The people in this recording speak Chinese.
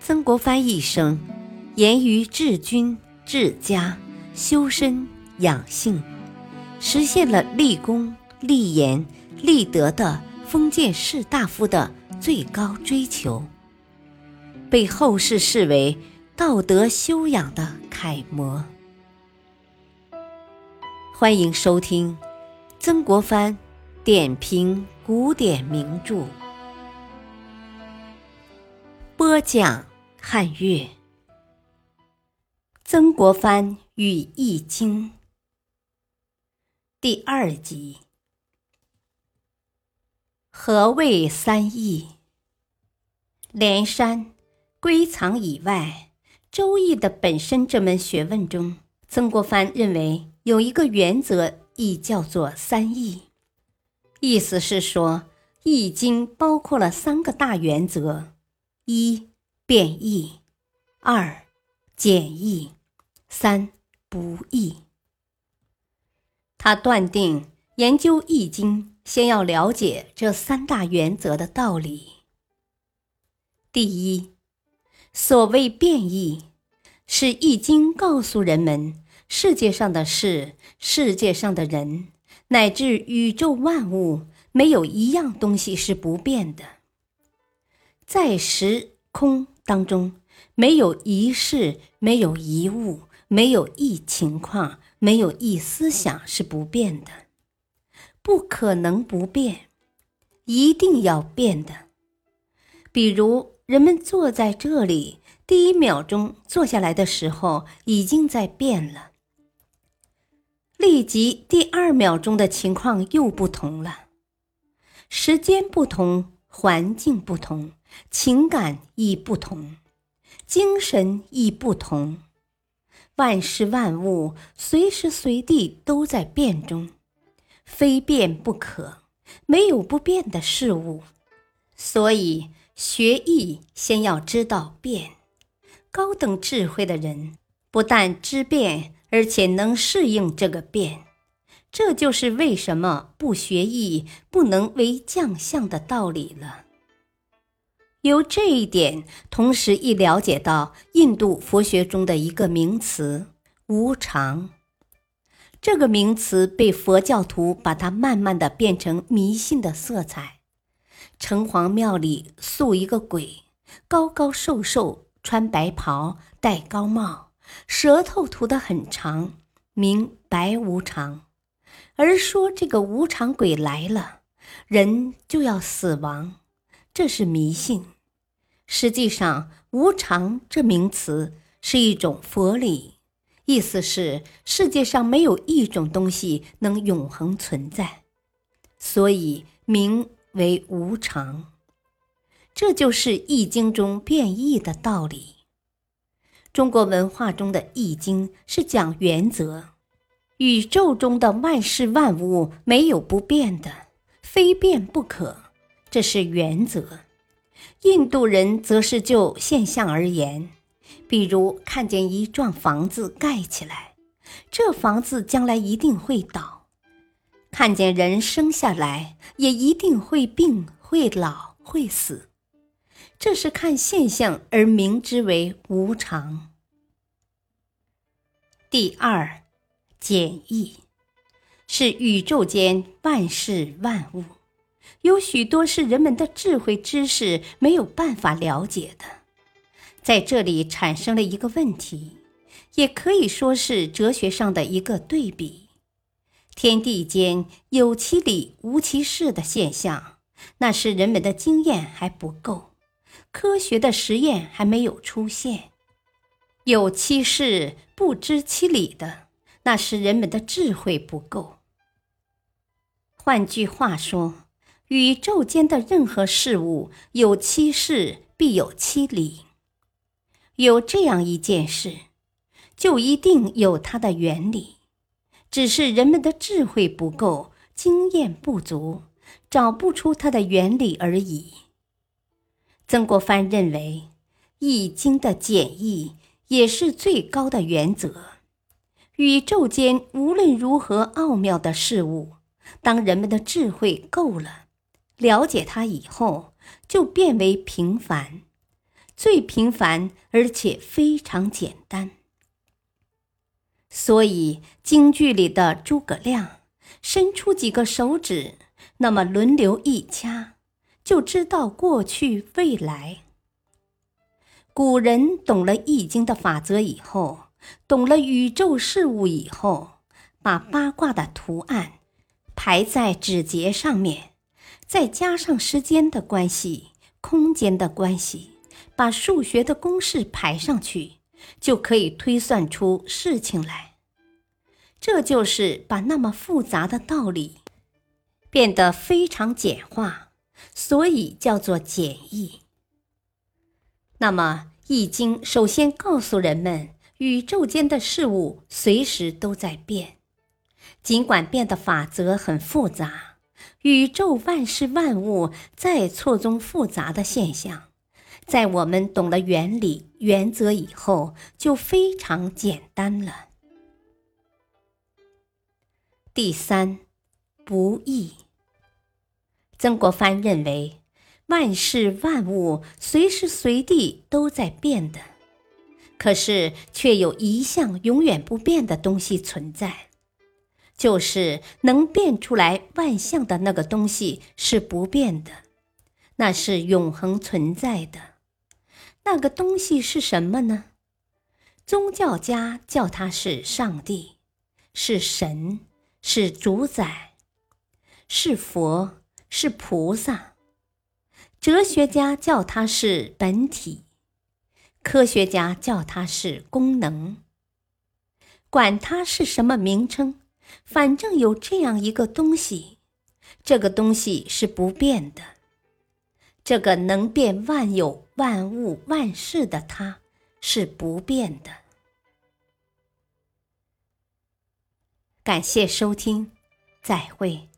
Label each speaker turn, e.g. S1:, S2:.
S1: 曾国藩一生严于治军、治家、修身、养性，实现了立功、立言、立德的封建士大夫的最高追求，被后世视为道德修养的楷模。欢迎收听曾国藩点评古典名著，播讲汉乐。曾国藩与易经第2集。何谓三易？连山、归藏以外，周易的本身这门学问中，曾国藩认为有一个原则，亦叫做三易。意思是说，易经包括了3个大原则：一、变易；二、简易；三、不易。他断定研究易经先要了解这3大原则的道理。第一，所谓变易，是易经告诉人们，世界上的事、世界上的人，乃至宇宙万物，没有一样东西是不变的。在时空当中，没有一事，没有一物，没有一情况，没有一思想是不变的，不可能不变，一定要变的。比如人们坐在这里，第1秒钟坐下来的时候已经在变了，立即第2秒钟的情况又不同了。时间不同，环境不同，情感亦不同，精神亦不同。万事万物随时随地都在变中，非变不可，没有不变的事物。所以学易先要知道变。高等智慧的人不但知变，而且能适应这个变。这就是为什么不学易不能为将相的道理了。由这一点，同时亦了解到印度佛学中的一个名词无常。这个名词被佛教徒把它慢慢地变成迷信的色彩。城隍庙里塑一个鬼，高高瘦瘦，穿白袍，戴高帽，舌头吐得很长，名白无常。而说这个无常鬼来了，人就要死亡，这是迷信。实际上，无常这名词是一种佛理，意思是世界上没有一种东西能永恒存在，所以名为无常。这就是易经中变易的道理。中国文化中的易经是讲原则，宇宙中的万事万物没有不变的，非变不可，这是原则。印度人则是就现象而言，比如看见一幢房子盖起来，这房子将来一定会倒；看见人生下来，也一定会病、会老、会死。这是看现象而明之为无常。第2，简易，是宇宙间万事万物，有许多是人们的智慧知识没有办法了解的。在这里产生了一个问题，也可以说是哲学上的一个对比。天地间有其理无其事的现象，那是人们的经验还不够，科学的实验还没有出现。有其事不知其理的，那是人们的智慧不够。换句话说，宇宙间的任何事物有其事必有其理。有这样一件事，就一定有它的原理，只是人们的智慧不够，经验不足，找不出它的原理而已。曾国藩认为，易经的简易也是最高的原则。宇宙间无论如何奥妙的事物，当人们的智慧够了，了解它以后，就变为平凡， 最平凡而且非常简单。所以京剧里的诸葛亮伸出几个手指，那么轮流一掐，就知道过去未来。古人懂了易经的法则以后，懂了宇宙事物以后，把八卦的图案排在指节上面，再加上时间的关系、空间的关系，把数学的公式排上去，就可以推算出事情来。这就是把那么复杂的道理变得非常简化，所以叫做简易。那么易经首先告诉人们，宇宙间的事物随时都在变，尽管变的法则很复杂，宇宙万事万物在错综复杂的现象，在我们懂了原理原则以后，就非常简单了。第三，不易。曾国藩认为，万事万物随时随地都在变的，可是却有一项永远不变的东西存在，就是能变出来万象的那个东西是不变的，那是永恒存在的。那个东西是什么呢？宗教家叫它是上帝，是神，是主宰，是佛，是菩萨。哲学家叫它是本体，科学家叫它是功能。管它是什么名称，反正有这样一个东西，这个东西是不变的。这个能变万有、万物、万事的它是不变的。感谢收听，再会。